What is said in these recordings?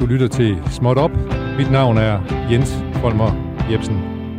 lytter til Småt Op. Mit navn er Jens Folmer Jebsen.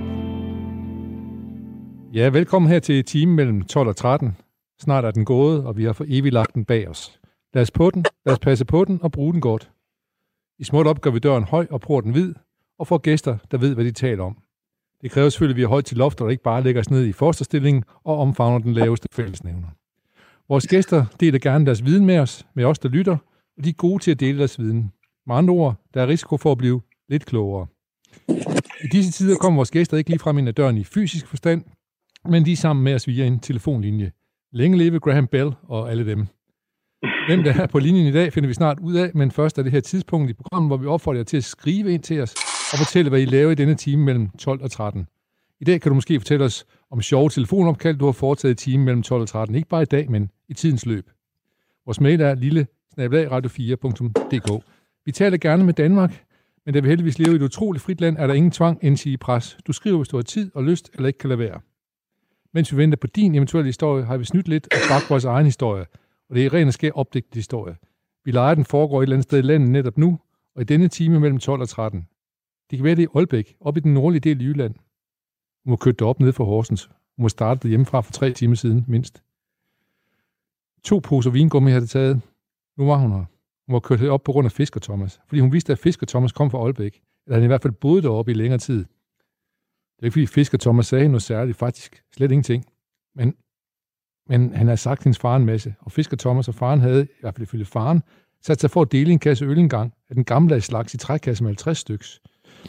Ja, velkommen her til timen mellem 12 og 13. Snart er den gået, og vi har for evigt lagt den bag os. Lad os passe på den og bruge den godt. I Småt Op gør vi døren høj og porten hvid, og får gæster, der ved, hvad de taler om. Det kræver selvfølgelig, at vi er højt til loftet, og ikke bare lægger os ned i forsterstillingen og omfavner den laveste fællesnævner. Vores gæster deler gerne deres viden med os, der lytter, og de er gode til at dele deres viden. Med andre ord, der er risiko for at blive lidt klogere. I disse tider kommer vores gæster ikke lige frem ind ad døren i fysisk forstand, men de er sammen med os via en telefonlinje. Længe leve Graham Bell og alle dem. Hvem der er på linjen i dag, finder vi snart ud af, men først er det her tidspunkt i programmet, hvor vi opfordrer jer til at skrive ind til os og fortælle, hvad I laver i denne time mellem 12 og 13. I dag kan du måske fortælle os om sjove telefonopkald, du har foretaget i timen mellem 12 og 13. Ikke bare i dag, men i tidens løb. Vores mail er lille@radio4.dk. Vi taler gerne med Danmark, men da vi heldigvis lever i et utroligt frit land, er der ingen tvang endsige pres. Du skriver, hvis du har tid og lyst, eller ikke kan lade være. Mens vi venter på din eventuelle historie, har vi snydt lidt og bagt vores egen historie. Og det er ren og skær opdigtet historie. Vi leger, den foregår et eller andet sted i landet netop nu, og i denne time mellem 12 og 13. Det kan være det i Aalbæk, op i den nordlige del af Jylland. Hun må køre det op ned fra Horsens. Hun må starte det hjemmefra for 3 timer siden, mindst. 2 poser vingummi har det taget. Nu var hun her. Hun var kørt op på grund af Fisker Thomas, fordi hun vidste, at Fisker Thomas kom fra Aalbæk, eller han i hvert fald boede deroppe i længere tid. Det er ikke, fordi Fisker Thomas sagde noget særligt, faktisk slet ingenting. Men han havde sagt hendes far en masse, og Fisker Thomas og faren havde, i hvert fald ifølge faren, sat sig for at dele en kasse øl engang, af den gamle slags i trækasse med 50 styks.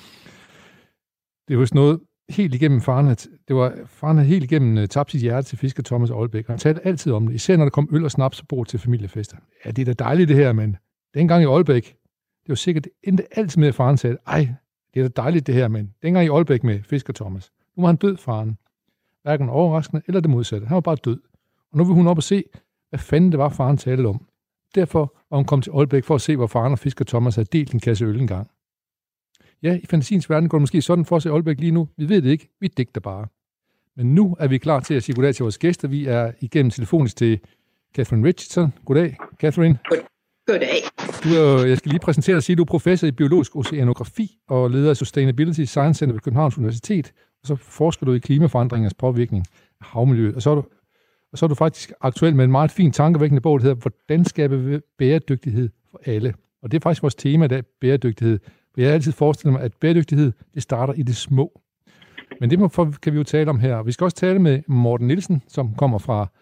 Det var sådan noget helt igennem faren havde helt igennem tabt sit hjerte til Fisker Thomas og Aalbæk, og han talte altid om det, især når der kom øl og snaps på bordet til familiefester. Ja, det er da dejligt det her, men dengang i Aalbæk, det var sikkert, det endte altid med, at faren sagde, ej, det er da dejligt det her, men dengang i Aalbæk med Fisker Thomas, nu var han død, faren. Hverken overraskende eller det modsatte. Han var bare død. Og nu vil hun op og se, hvad fanden det var, faren talte om. Derfor var hun kommet til Aalbæk for at se, hvor faren og Fisker Thomas havde delt en kasse øl engang. Ja, i fantasiens verden går det måske sådan for at se Aalbæk lige nu. Vi ved det ikke. Vi digter bare. Men nu er vi klar til at sige goddag til vores gæster. Vi er igennem telefonisk til Catherine Richardson. Goddag, Catherine. Goddag. Jeg skal lige præsentere dig og sige, at du er professor i biologisk oceanografi og leder af Sustainability Science Center ved Københavns Universitet. Og så forsker du i klimaforandringens påvirkning af havmiljøet. Og så er du faktisk aktuel med en meget fin tankevækkende bog, der hedder Hvordan skabe bæredygtighed for alle. Og det er faktisk vores tema i dag, bæredygtighed. For jeg har altid forestillet mig, at bæredygtighed, det starter i det små. Men det kan vi jo tale om her. Vi skal også tale med Morten Nielsen, som kommer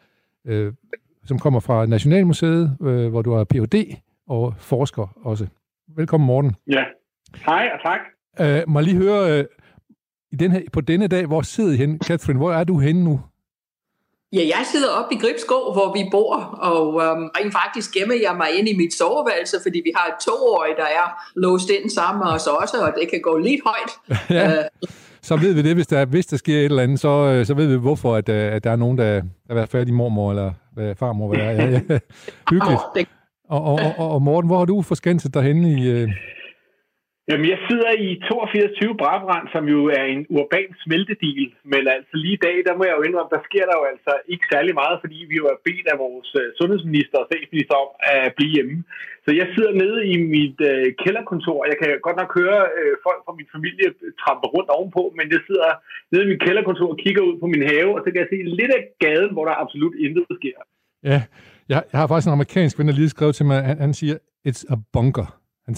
fra Nationalmuseet, hvor du er Ph.D. og forsker også. Velkommen, Morten. Ja, hej og tak. Må jeg lige høre, på denne dag, hvor sidder I henne? Catherine, hvor er du henne nu? Ja, jeg sidder oppe i Gribskov, hvor vi bor, og rent faktisk gemmer jeg mig ind i mit soveværelse, fordi vi har et 2-årig, der er låst ind sammen med os også, og det kan gå lidt højt. Ja. Så ved vi det, hvis der sker et eller andet, så ved vi hvorfor, at der er nogen, der er færdig mormor eller farmor, hvad der er. Ja. Hyggeligt. Og Morten, hvor har du forskanset dig henne i... Jamen, jeg sidder i 82 Brabrand, som jo er en urban smeltedil, men altså lige i dag, der må jeg jo indrømme, der sker der jo altså ikke særlig meget, fordi vi jo er bedt af vores sundhedsminister og statsminister om at blive hjemme. Så jeg sidder nede i mit kælderkontor. Jeg kan godt nok høre folk fra min familie trampe rundt ovenpå, men jeg sidder nede i mit kælderkontor og kigger ud på min have, og så kan jeg se lidt af gaden, hvor der absolut intet sker. Ja, jeg har faktisk en amerikansk ven, der lige skrevet til mig, han siger, it's a bunker.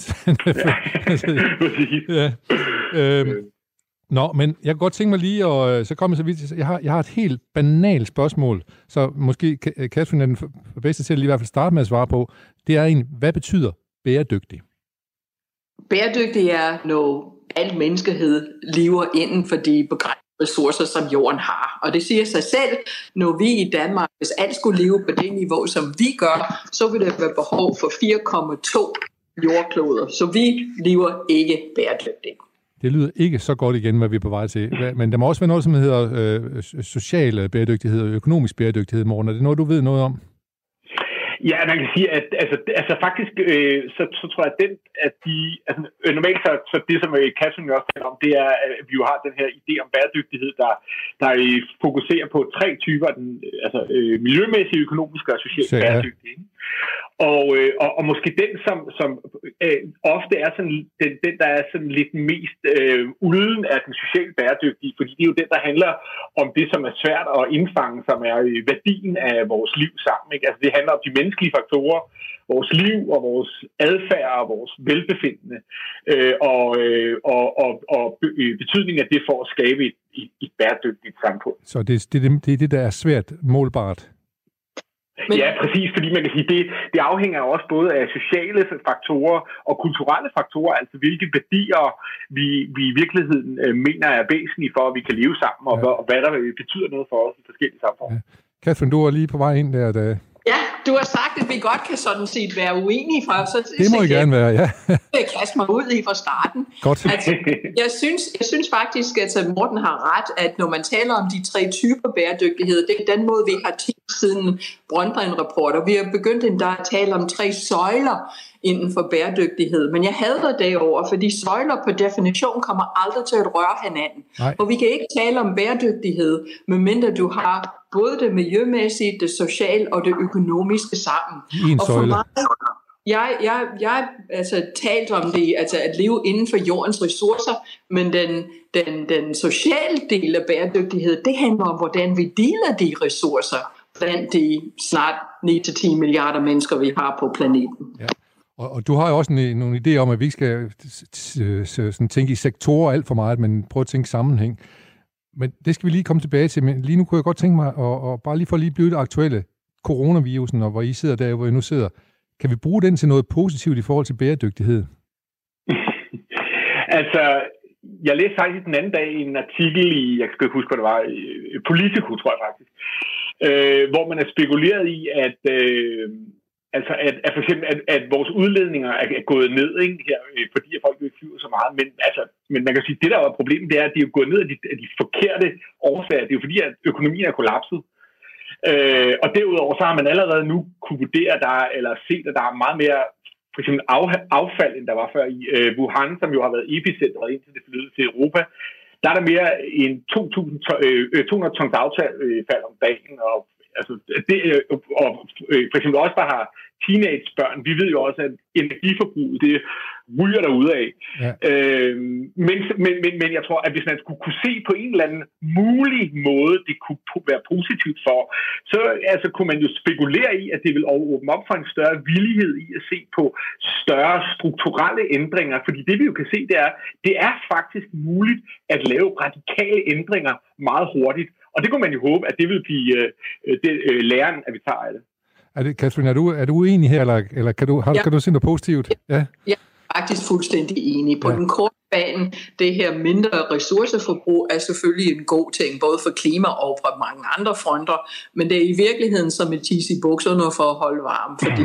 Nå, men jeg kan godt tænke mig lige, og så kommer så vidt, jeg har et helt banalt spørgsmål, så måske Catherine er den bedste til at lige i hvert fald starte med at svare på. Det er hvad betyder bæredygtig? Bæredygtig er, når al menneskehed lever inden for de begrænsede ressourcer, som jorden har. Og det siger sig selv, når vi i Danmark, hvis alt skulle leve på det niveau, som vi gør, så vil der være behov for 4,2 jordkloder, så vi lever ikke bæredygtigt. Det lyder ikke så godt igen, hvad vi er på vej til. Men der må også være noget, som hedder social bæredygtighed og økonomisk bæredygtighed, Morten. Er det noget, du ved noget om? Ja, man kan sige, at altså faktisk, så tror jeg, at normalt så det, som Catherine også taler om, det er, at vi jo har den her idé om bæredygtighed, der fokuserer på 3 typer, miljømæssige, økonomiske og socialt bæredygtige. Og måske den, som ofte er sådan, den, der er sådan lidt mest uden af den socialt bæredygtige, fordi det er jo den, der handler om det, som er svært at indfange, som er værdien af vores liv sammen. Ikke? Altså det handler om de menneskelige faktorer, vores liv og vores adfærd og vores velbefindende, og betydningen af det for at skabe et bæredygtigt samfund. Så det er det, der er svært målbart? Ja, præcis, fordi man kan sige, det afhænger også både af sociale faktorer og kulturelle faktorer, altså hvilke værdier vi i virkeligheden mener er væsentlige for, at vi kan leve sammen, og hvad der betyder noget for os i forskellige samfund. Ja. Catherine, du er lige på vej ind der. Ja, du har sagt, at vi godt kan sådan set være uenige fra. Det må I gerne være, ja. Jeg kaster mig ud i fra starten. Godt. Altså, jeg synes faktisk, at Morten har ret, at når man taler om de 3 typer bæredygtighed, det er den måde, vi har tænkt siden Brundtland-rapport, og vi har begyndt endda at tale om 3 søjler inden for bæredygtighed. Men jeg hader det over, fordi søjler på definition kommer aldrig til at røre hinanden. Nej. Og vi kan ikke tale om bæredygtighed, medmindre du har både det miljømæssige, det sociale og det økonomiske sammen. Og for mig, jeg altså talt om det, altså at leve inden for jordens ressourcer, men den sociale del af bæredygtighed, det handler om, hvordan vi deler de ressourcer blandt de snart 9-10 milliarder mennesker, vi har på planeten. Ja. Og du har jo også nogle idéer om, at vi ikke skal sådan tænke i sektorer alt for meget, men prøve at tænke sammenhæng. Men det skal vi lige komme tilbage til. Men lige nu kunne jeg godt tænke mig, at bare lige for lige blive det aktuelle, coronavirusen, og hvor I sidder der, hvor I nu sidder. Kan vi bruge den til noget positivt i forhold til bæredygtighed? Altså, jeg læste faktisk den anden dag en artikel i, jeg skal ikke huske, hvad det var, Politico, tror jeg faktisk, hvor man er spekuleret i, at for eksempel, at vores udledninger er gået ned, ikke, her, fordi at folk ikke flyver så meget. Men man kan sige, at det der er problemet, det er, at de er gået ned af de forkerte årsager. Det er jo fordi, at økonomien er kollapset. Og derudover så har man allerede nu kunne vurdere, eller set, at der er meget mere for eksempel affald, end der var før i Wuhan, som jo har været epicentret indtil det flyttede til Europa. Der er der mere end 200 tons affald om dagen, og altså for eksempel også, der har teenagebørn, vi ved jo også, at energiforbruget, det ryger derudad. Ja. Men jeg tror, at hvis man skulle kunne se på en eller anden mulig måde, det kunne være positivt for, så altså, kunne man jo spekulere i, at det vil åbne op for en større villighed i at se på større strukturelle ændringer. Fordi det vi jo kan se, det er faktisk muligt at lave radikale ændringer meget hurtigt. Og det kunne man jo håbe, at det vil blive læren, at vi tager af det. Catherine, er du uenig her, eller kan du se noget positivt? Ja. Jeg er faktisk fuldstændig enig. På den korte bane, det her mindre ressourceforbrug er selvfølgelig en god ting, både for klima og fra mange andre fronter, men det er i virkeligheden som et tis i bukserne for at holde varme, fordi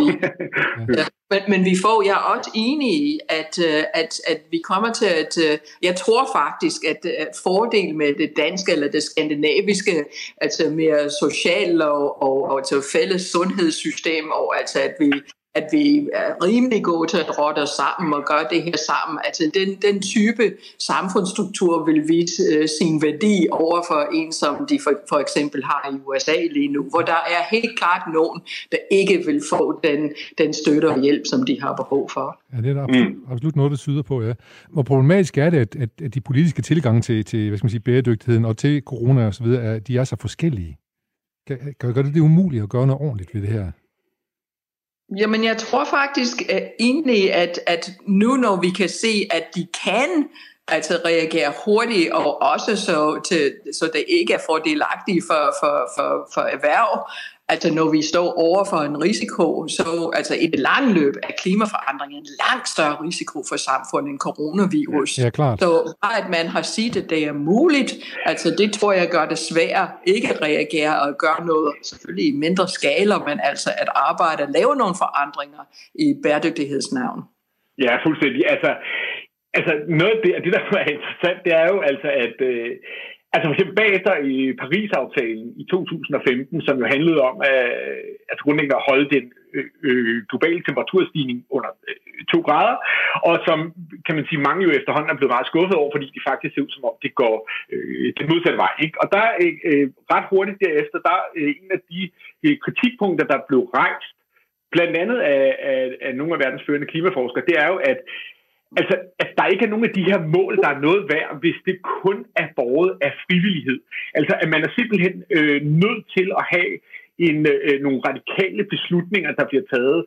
men jeg er også enig i, at vi kommer til at, jeg tror faktisk, at fordel med det danske eller det skandinaviske, altså mere social og altså fælles sundhedssystem, og altså at vi er rimelig gode til at rotte os sammen og gøre det her sammen. Altså den type samfundsstruktur vil vise sin værdi over for en, som de for eksempel har i USA lige nu, hvor der er helt klart nogen, der ikke vil få den støtte og hjælp, som de har behov for. Ja, det er absolut noget, der tyder på, ja. Hvor problematisk er det, at de politiske tilgange til hvad skal man sige, bæredygtigheden og til corona og så videre, de er så forskellige? Gør det umuligt at gøre noget ordentligt ved det her? Jamen, jeg tror faktisk egentlig, at nu når vi kan se, at de kan altså reagere hurtigt, og også så det ikke er fordelagtigt for erhverv, altså når vi står over for en risiko, så altså i det lange løb er klimaforandring en langt større risiko for samfundet end coronavirus. Ja, klart. Så at man har set, at det er muligt, altså det tror jeg gør det svært ikke at reagere og gøre noget selvfølgelig i mindre skala, men altså at arbejde og lave nogle forandringer i bæredygtighedsnavn. Ja, fuldstændig. Altså noget af det der er interessant, det er jo altså, at altså for eksempel bagefter i Paris-aftalen i 2015, som jo handlede om at grundlæggende at holde den globale temperaturstigning under 2 grader, og som, kan man sige, mange jo efterhånden er blevet meget skuffet over, fordi de faktisk ser ud som om, det går den modsatte vej. Ikke? Og der ret hurtigt derefter, der en af de kritikpunkter, der blev rejst blandt andet af nogle af verdens førende klimaforskere, det er jo, at der ikke er nogen af de her mål, der er noget værd, hvis det kun er båret af frivillighed. Altså, at man er simpelthen nødt til at have nogle radikale beslutninger, der bliver taget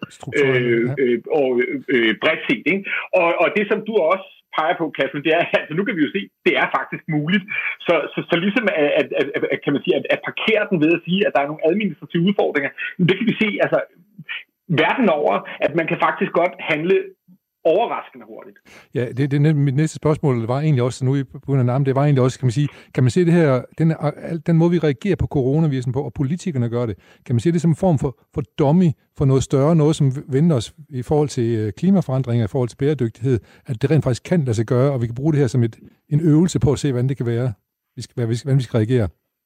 bredt set. Ikke? Og det, som du også peger på, Kasper, det er, altså nu kan vi jo se, det er faktisk muligt. Så ligesom kan man sige, at parkere den ved at sige, at der er nogle administrative udfordringer, det kan vi se, altså verden over, at man kan faktisk godt handle overraskende hurtigt. Ja, det er mit næste spørgsmål, det var egentlig også, nu på grund af navn, det var egentlig også, kan man se det her, den måde vi reagerer på coronavirusen på, og politikerne gør det, kan man se det som en form for dummy for noget større, noget som vender os i forhold til klimaforandringer, i forhold til bæredygtighed, at det rent faktisk kan lade sig gøre, og vi kan bruge det her som en øvelse på at se, hvordan det kan være, hvordan vi skal reagere.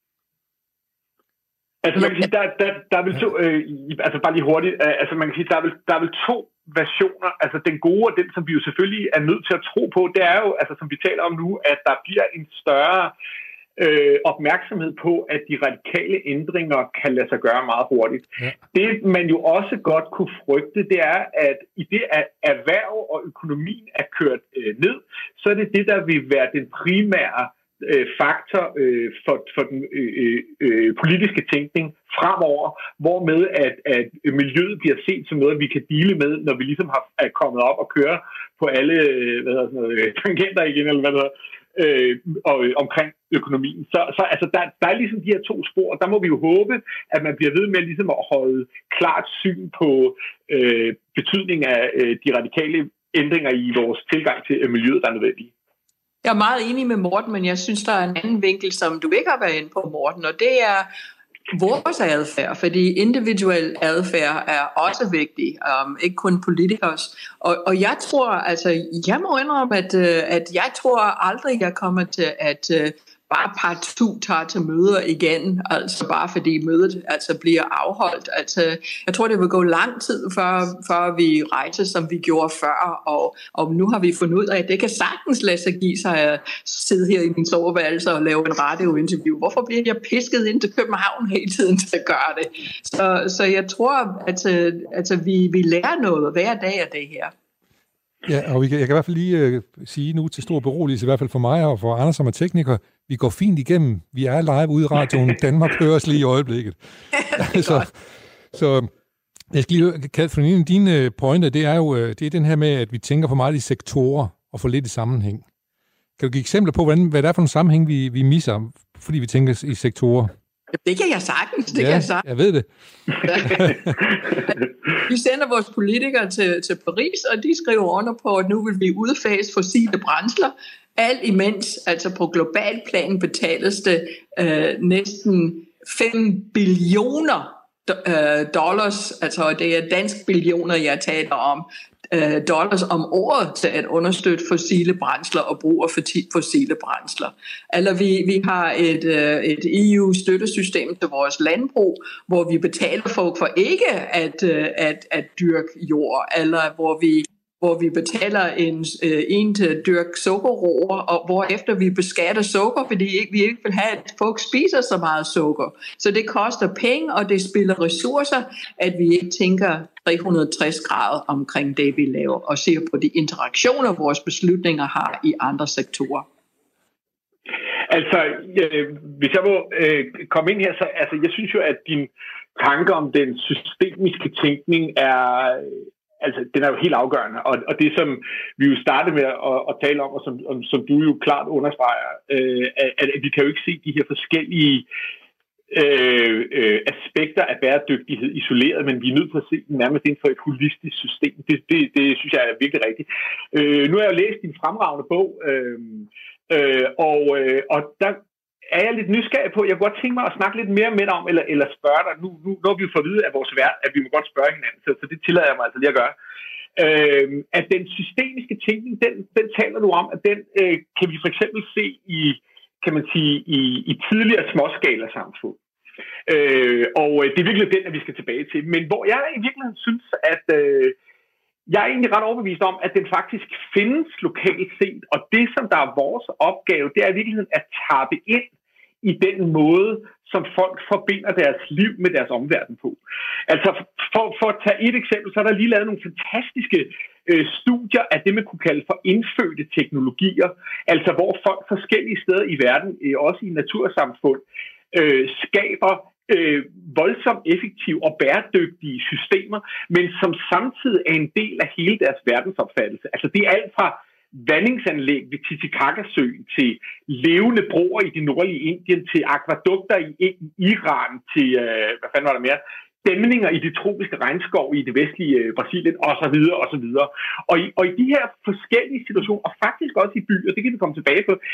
Altså man kan sige, der er vel to, altså bare lige hurtigt, altså man kan sige, der er vel to versioner, altså den gode og den, som vi jo selvfølgelig er nødt til at tro på, det er jo, altså som vi taler om nu, at der bliver en større opmærksomhed på, at de radikale ændringer kan lade sig gøre meget hurtigt. Ja. Det man jo også godt kunne frygte, det er, at i det at erhverv og økonomien er kørt ned, så er det, der vil være den primære faktor for den politiske tænkning fremover, hvormed at miljøet bliver set som noget, vi kan dele med, når vi ligesom er kommet op og kører på alle tangenter igen, eller hvad det hedder, omkring økonomien. Så altså, der er ligesom de her to spor, og der må vi jo håbe, at man bliver ved med ligesom at holde klart syn på betydningen af de radikale ændringer i vores tilgang til miljøet, der er nødvendige. Jeg er meget enig med Morten, men jeg synes, der er en anden vinkel, som du ikke har været inde på, Morten, og det er vores adfærd, fordi individuel adfærd er også vigtig, ikke kun politikers. Og jeg tror, altså, jeg må indrømme, at jeg tror aldrig, jeg kommer til at bare partout tager til møder igen, altså bare fordi mødet altså bliver afholdt. Altså, jeg tror, det vil gå lang tid, før vi rejser, som vi gjorde før, og nu har vi fundet ud af, at det kan sagtens lade sig give sig at sidde her i min soveværelse og lave en radiointerview. Hvorfor bliver jeg pisket ind til København hele tiden til at gøre det? Så jeg tror, at vi lærer noget hver dag af det her. Ja, og jeg kan i hvert fald lige sige nu til stor beroligelse, i hvert fald for mig og for Anders, som er tekniker, vi går fint igennem. Vi er live ude i radioen. Danmark hører os lige i øjeblikket. Så jeg skal lige høre, Catherine, en af dine pointer, det er jo det er den her med, at vi tænker for meget i sektorer og for lidt i sammenhæng. Kan du give eksempler på, hvad der er for en sammenhæng, vi misser, fordi vi tænker i sektorer? Det kan jeg sagtens, jeg ved det. Vi sender vores politikere til Paris, og de skriver under på, at nu vil vi udfase fossile brændsler. Alt imens, altså på global plan, betales det næsten 5 billioner dollars, altså det er dansk billioner, jeg taler om, dollars om året til at understøtte fossile brændsler og brug af fossile brændsler. Eller vi har et EU-støttesystem til vores landbrug, hvor vi betaler folk for ikke at dyrke jord, eller hvor vi betaler en til at dyrke sukkerroer, og hvorefter vi beskatter sukker, fordi vi ikke vil have, at folk spiser så meget sukker. Så det koster penge, og det spilder ressourcer, at vi ikke tænker 360 grader omkring det, vi laver, og ser på de interaktioner, vores beslutninger har i andre sektorer. Altså, hvis jeg må komme ind her, så altså, jeg synes jo, at din tanke om den systemiske tænkning er... Altså, den er jo helt afgørende, og det som vi jo startede med at tale om, og som du jo klart understreger, at vi kan jo ikke se de her forskellige aspekter af bæredygtighed isoleret, men vi er nødt til at se den nærmest inden for et holistisk system. Det synes jeg er virkelig rigtigt. Nu har jeg jo læst din fremragende bog, og der er jeg lidt nysgerrig på. Jeg kunne godt tænke mig at snakke lidt mere med dig om, eller spørge dig. Nu når vi jo fået at vide af vores vært, at vi må godt spørge hinanden, så det tillader jeg mig altså lige at gøre. At den systemiske tænkning, den taler du om, at den kan vi for eksempel se kan man sige, i tidligere småskala samfund. Og det er virkelig den, at vi skal tilbage til. Men hvor jeg i virkeligheden synes, at jeg er egentlig ret overbevist om, at den faktisk findes lokalt set, og det, som der er vores opgave, det er i virkeligheden at tappe ind i den måde, som folk forbinder deres liv med deres omverden på. Altså, for at tage et eksempel, så er der lige lavet nogle fantastiske studier af det, man kunne kalde for indfødte teknologier, altså hvor folk forskellige steder i verden, også i natursamfund, skaber voldsomt effektive og bæredygtige systemer, men som samtidig er en del af hele deres verdensopfattelse. Altså det er alt fra vandingsanlæg ved Titicaca-søen til levende broer i det nordlige Indien, til akvadukter i Iran, til, hvad fanden var der mere, dæmninger i de tropiske regnskov i det vestlige Brasilien, osv. osv. Og i de her forskellige situationer, og faktisk også i byer, det kan vi komme tilbage på,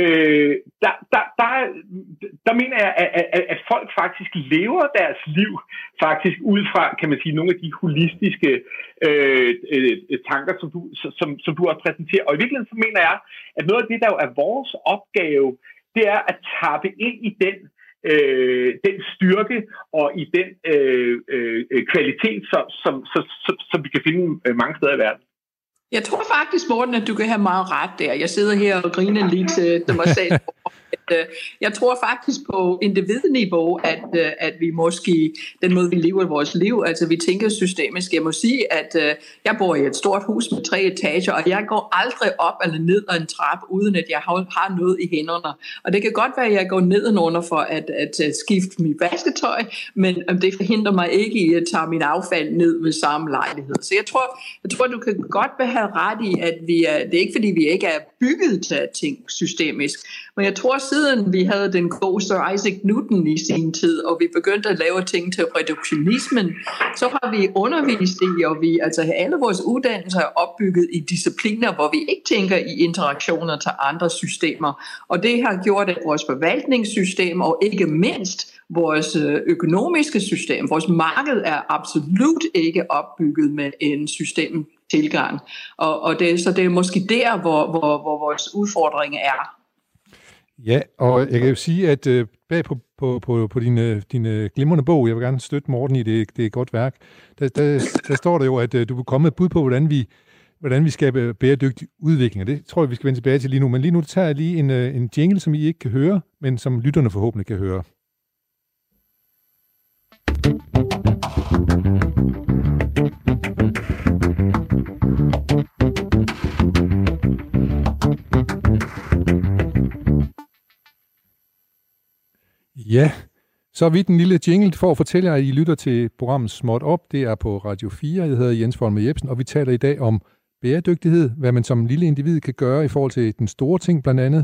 der mener jeg, at folk faktisk lever deres liv faktisk ud fra, kan man sige, nogle af de holistiske tanker, som du også præsenterer. Og i virkeligheden så mener jeg, at noget af det, der jo er vores opgave, det er at tappe ind i den styrke og i den kvalitet, som vi kan finde mange steder i verden. Jeg tror faktisk, Morten, at du kan have meget ret der. Jeg sidder her og griner lidt til mig selv. Jeg tror faktisk på individniveau, at vi måske, den måde vi lever vores liv, altså vi tænker systemisk. Jeg må sige, at jeg bor i et stort hus med 3 etager, og jeg går aldrig op eller ned ad en trappe, uden at jeg har noget i hænderne. Og det kan godt være, at jeg går nedenunder for at skifte mit vasketøj, men det forhindrer mig ikke i at tage min affald ned ved samme lejlighed. Så jeg tror du kan godt have ret i, at det er ikke fordi, vi ikke er bygget til ting systemisk, men jeg tror, siden vi havde den gode Sir Isaac Newton i sin tid, og vi begyndte at lave ting til reduktionismen, så har vi undervist i, og alle vores uddannelser er opbygget i discipliner, hvor vi ikke tænker i interaktioner til andre systemer. Og det har gjort, at vores forvaltningssystem, og ikke mindst vores økonomiske system, vores marked er absolut ikke opbygget med en systemtilgang. Så det er måske der, hvor vores udfordring er. Ja, og jeg kan jo sige, at bag på din glimrende bog, jeg vil gerne støtte Morten i det er et godt værk, der står der jo, at du vil komme med et bud på, hvordan vi skaber bæredygtig udvikling, og det tror jeg, vi skal vende tilbage til lige nu. Men lige nu tager jeg lige en jingle, som I ikke kan høre, men som lytterne forhåbentlig kan høre. Ja, så er vi den lille jingle for at fortælle jer, at I lytter til programmet Småt Op. Det er på Radio 4. Jeg hedder Jens Folmer Jebsen, og vi taler i dag om bæredygtighed, hvad man som lille individ kan gøre i forhold til den store ting, blandt andet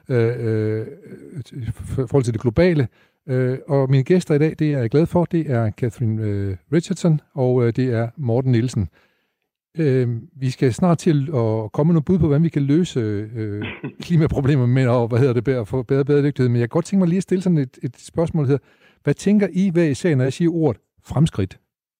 i forhold til det globale. Og mine gæster i dag, det er jeg glad for, det er Catherine Richardson, og det er Morten Nielsen. Vi skal snart til at komme med noget bud på, hvordan vi kan løse klimaproblemer med, og få bedre bæredygtighed. Men jeg kan godt tænke mig lige at stille sådan et spørgsmål her. Hvad tænker I hver især, når jeg siger ordet fremskridt?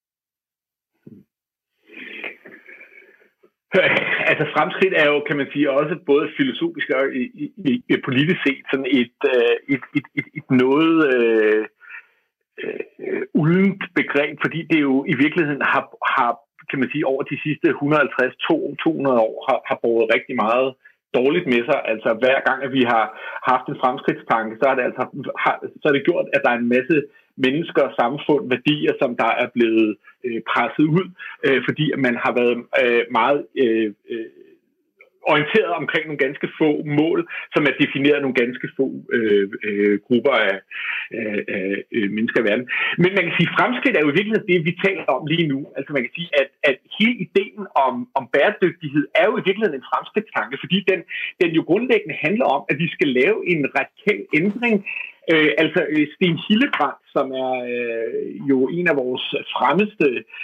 Altså fremskridt er jo, kan man sige, også både filosofisk og politisk set sådan et noget uldent begreb, fordi det jo i virkeligheden har kan man sige, over de sidste 150-200 år har båret rigtig meget dårligt med sig. Altså hver gang, at vi har haft en fremskridtstanke, så er det gjort, at der er en masse mennesker, samfund, værdier, som der er blevet presset ud, fordi at man har været meget orienteret omkring nogle ganske få mål, som er defineret nogle ganske få grupper af mennesker i verden. Men man kan sige, at fremskridt er jo i virkeligheden det, vi taler om lige nu. Altså man kan sige, at hele ideen om bæredygtighed er jo i virkeligheden en fremskridtstanke, fordi den jo grundlæggende handler om, at vi skal lave en radikal ændring. Altså Sten Hildebrandt, som er jo en af vores fremmeste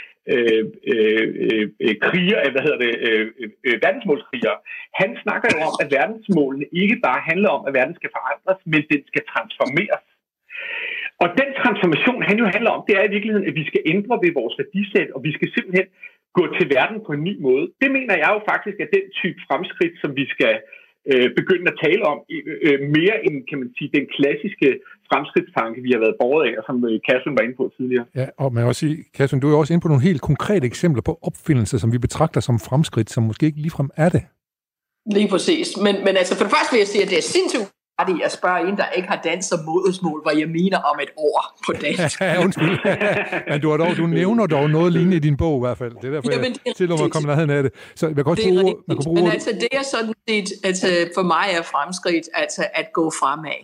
kriger, verdensmålskrigere, han snakker jo om, at verdensmålene ikke bare handler om, at verden skal forandres, men den skal transformeres. Og den transformation, han jo handler om, det er i virkeligheden, at vi skal ændre ved vores værdisæt, og vi skal simpelthen gå til verden på en ny måde. Det mener jeg jo faktisk er den type fremskridt, som vi skal begynde at tale om, mere end, kan man sige, den klassiske fremskridtstanke, vi har været båret af, og som Catherine var inde på tidligere. Ja, og man kan også sige, Catherine, du er også inde på nogle helt konkrete eksempler på opfindelser, som vi betragter som fremskridt, som måske ikke ligefrem er det. Lige præcis. Men altså for det første vil jeg sige, at det er sindssygt Jeg spørger en, der ikke har dansk som modersmål, hvad jeg mener om et år på dansk. Ja, undskyld. Men du nævner dog noget lignende i din bog i hvert fald. Det er derfor, jeg tillod mig at komme nærheden af det. Så man kan også bruge men altså, det er sådan set, altså, for mig er fremskridt altså, at gå fremad.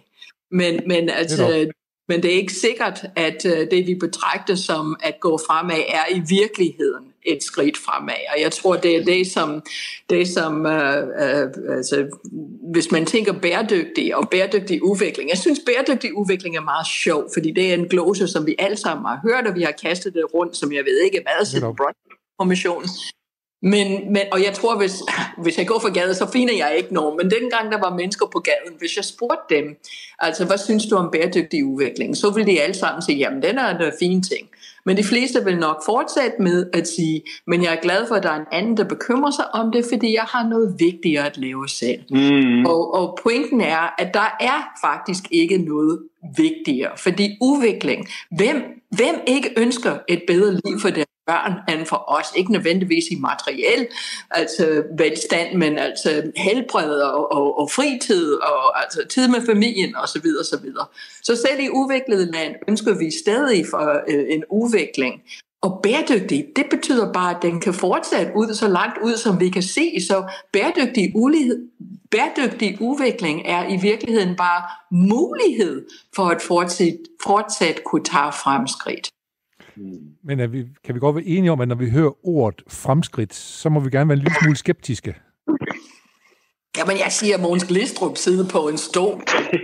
Men det er ikke sikkert, at det, vi betragter som at gå fremad, er i virkeligheden et skridt fremad. Og jeg tror, det er det, som altså, hvis man tænker bæredygtig udvikling. Jeg synes, bæredygtig udvikling er meget sjov, fordi det er en glose, som vi alle sammen har hørt, og vi har kastet det rundt, som jeg ved ikke hvad, siden Brundtland-kommissionen. Og jeg tror, hvis jeg går for gaden, så finder jeg ikke nogen. Men dengang der var mennesker på gaden, hvis jeg spurgte dem, altså hvad synes du om bæredygtig udvikling, så ville de alle sammen sige, jamen den er en fin ting. Men de fleste vil nok fortsætte med at sige, men jeg er glad for, at der er en anden, der bekymrer sig om det, fordi jeg har noget vigtigere at lave selv. Og pointen er, at der er faktisk ikke noget vigtigere, fordi udvikling, hvem ikke ønsker et bedre liv for deres børn end for os, ikke nødvendigvis i materiel, altså velstand, men altså helbred og fritid og altså tid med familien osv. Så selv i udviklet land ønsker vi stadig for en udvikling. Og bæredygtig, det betyder bare, at den kan fortsætte ud så langt ud, som vi kan se. Så bæredygtig udvikling er i virkeligheden bare mulighed for at fortsat kunne tage fremskridt. Men kan vi godt være enige om, at når vi hører ordet fremskridt, så må vi gerne være en lille smule skeptiske? Jamen, jeg siger, at Mogens Glistrup sidder på en stol.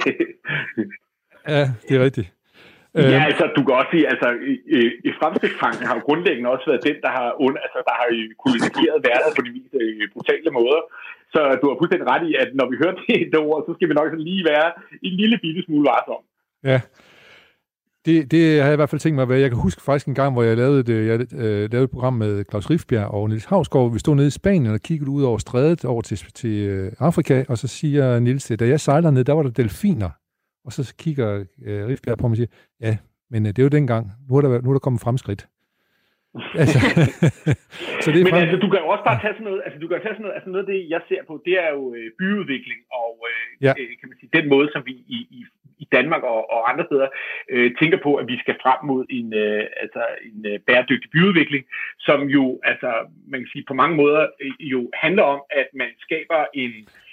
Ja, det er rigtigt. Ja, altså, du kan også sige, altså, i Fremskridtsbanken har jo grundlæggende også været den, der har koloniseret verden på de mest brutale måder. Så du har fuldstændig ret i, at når vi hører det ord, så skal vi nok lige være en lille bitte smule varsom. Ja, det har jeg i hvert fald tænkt mig at være. Jeg kan huske faktisk en gang, hvor jeg lavede et program med Claus Rifbjerg og Niels Hausgaard. Vi stod nede i Spanien og kiggede ud over strædet over til Afrika, og så siger Niels, da jeg sejler ned, der var der delfiner. Og så kigger Rifbjerg på mig og siger, ja, men det er jo dengang. Nu er der kommet fremskridt. Altså, så det er men altså, du kan jo også bare tage sådan noget, altså noget af det, jeg ser på, det er jo byudvikling, og kan man sige, den måde, som vi i Danmark og andre steder tænker på, at vi skal frem mod en bæredygtig byudvikling, som jo, altså, man kan sige, på mange måder jo handler om, at man skaber en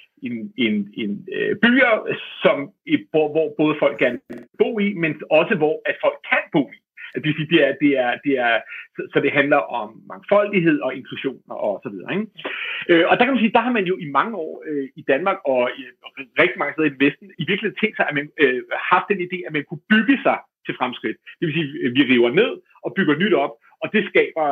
byer, hvor både folk gerne bo i, men også hvor at folk kan bo i. Det vil sige, så det handler om mangfoldighed og inklusion og så videre. Ikke? Og der kan man sige, der har man jo i mange år i Danmark og rigtig mange steder i Vesten i virkeligheden tænkt sig, at man haft den idé, at man kunne bygge sig til fremskridt. Det vil sige, at vi river ned og bygger nyt op, og det skaber,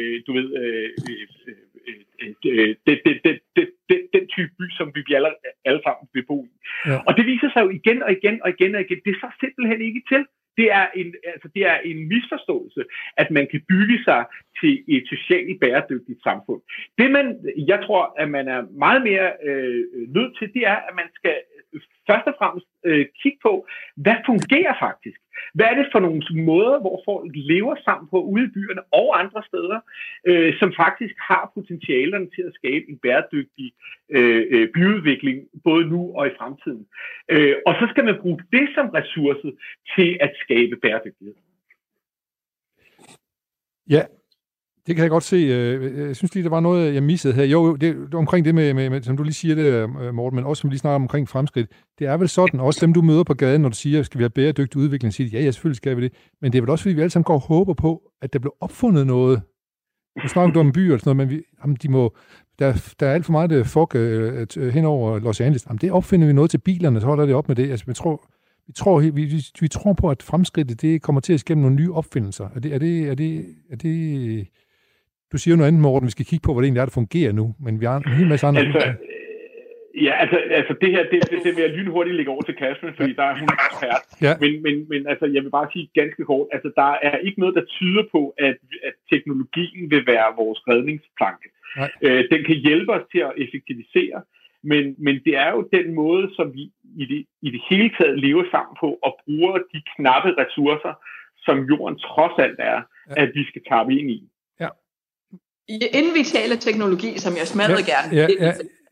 den type by, som vi alle sammen vil bo i. Ja. Og det viser sig jo igen og igen. Det er så simpelthen ikke til. Det er en misforståelse, at man kan bygge sig til et socialt bæredygtigt samfund. Jeg tror, at man er meget mere nødt til, det er, at man skal først og fremmest kigge på, hvad fungerer faktisk? Hvad er det for nogle måder, hvor folk lever sammen på ude i byerne og andre steder, som faktisk har potentialerne til at skabe en bæredygtig byudvikling, både nu og i fremtiden. Og så skal man bruge det som ressource til at skabe bæredygtighed. Ja, det kan jeg godt se. Jeg synes lige, der var noget, jeg missede her. Jo, det omkring det med, som du lige siger det, Morten, men også som vi lige snakker omkring fremskridt. Det er vel sådan, også dem, du møder på gaden, når du siger, skal vi have bæredygtig udvikling, siger ja, selvfølgelig skal vi det. Men det er vel også, fordi vi alle sammen går og håber på, at der bliver opfundet noget. Nu snakker du om byer og sådan noget, men der er alt for meget fuck hen over Los Angeles. Jamen, det opfinder vi noget til bilerne, så holder det op med det. Altså, vi tror på, at fremskridtet, det kommer til at skabe nogle nye opfindelser. Er det du siger jo noget andet, Morten, vi skal kigge på, hvor det egentlig er, der fungerer nu, men vi har en hel masse andre... Altså det her, det vil jeg lynhurtigt lægge over til Kasper, fordi der er hun ekspert. Ja. Men altså, jeg vil bare sige ganske kort, altså der er ikke noget, der tyder på, at teknologien vil være vores redningsplanke. Den kan hjælpe os til at effektivisere, men det er jo den måde, som vi i det hele taget lever sammen på, og bruger de knappe ressourcer, som jorden trods alt er, at vi skal tappe ind i. Inden vi taler teknologi, som jeg smadrer gerne,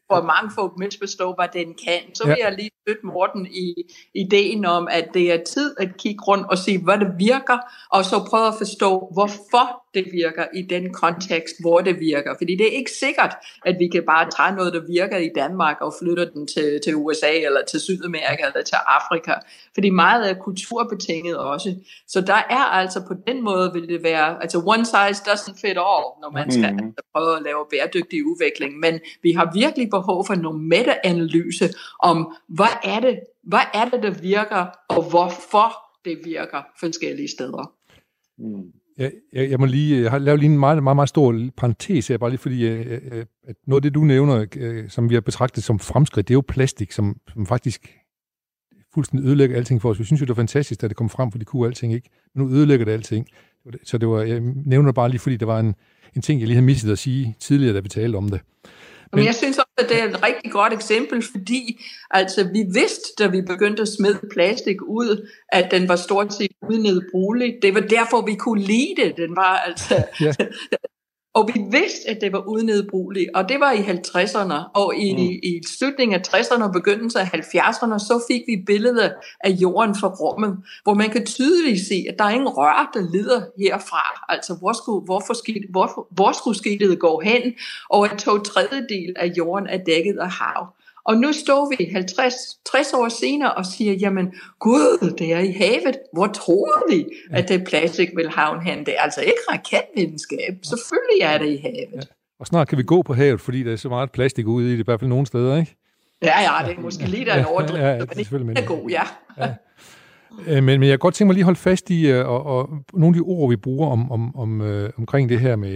hvor mange folk misforstår, hvad den kan. Så vil jeg lige støtte Morten i ideen om, at det er tid at kigge rundt og se, hvad det virker, og så prøve at forstå, hvorfor det virker i den kontekst, hvor det virker. Fordi det er ikke sikkert, at vi kan bare tage noget, der virker i Danmark, og flytte den til USA, eller til Sydamerika, eller til Afrika. Fordi meget er kulturbetinget også. Så der er altså på den måde, vil det være, altså one size doesn't fit all, når man skal prøve at lave bæredygtig udvikling. Men vi har virkelig behov for nogle meta-analyse om, hvad er det, der virker, og hvorfor det virker forskellige steder. Jeg må lige lave en meget, meget, meget stor parentes her, bare lige fordi, at noget af det, du nævner, som vi har betragtet som fremskridt, det er jo plastik, som faktisk fuldstændig ødelægger alting for os. Vi synes jo, det er fantastisk, at det kom frem, for det kunne alting ikke. Men nu ødelægger det alting. Så det var, jeg nævner bare lige, fordi det var en ting, jeg lige havde misset at sige tidligere, da vi talte om det. Men jeg synes også, at det er et rigtig godt eksempel, fordi altså, vi vidste, da vi begyndte at smide plastik ud, at den var stort set udnedbrugelig. Det var derfor, vi kunne lide det. Den var altså... Og vi vidste, at det var udnedbrugeligt, og det var i 50'erne, og i slutningen af 60'erne og begyndelsen af 70'erne, så fik vi billeder af jorden fra rummet, hvor man kan tydeligt se, at der er ingen rør, der lider herfra. Altså, hvor skulle skidtet gå hen, og at 2/3 af jorden er dækket af hav. Og nu står vi 50-60 år senere og siger, jamen gud, det er i havet. Hvor tror vi, at det plastik vil havne hen? Det er altså ikke raketvidenskab. Selvfølgelig er det i havet. Ja. Og snart kan vi gå på havet, fordi der er så meget plastik ude i det, i hvert fald nogle steder, ikke? Ja, det er måske lige der en overdrivelse, men det er god, ja. Men jeg kan godt tænke mig lige at holde fast i og nogle af de ord, vi bruger omkring det her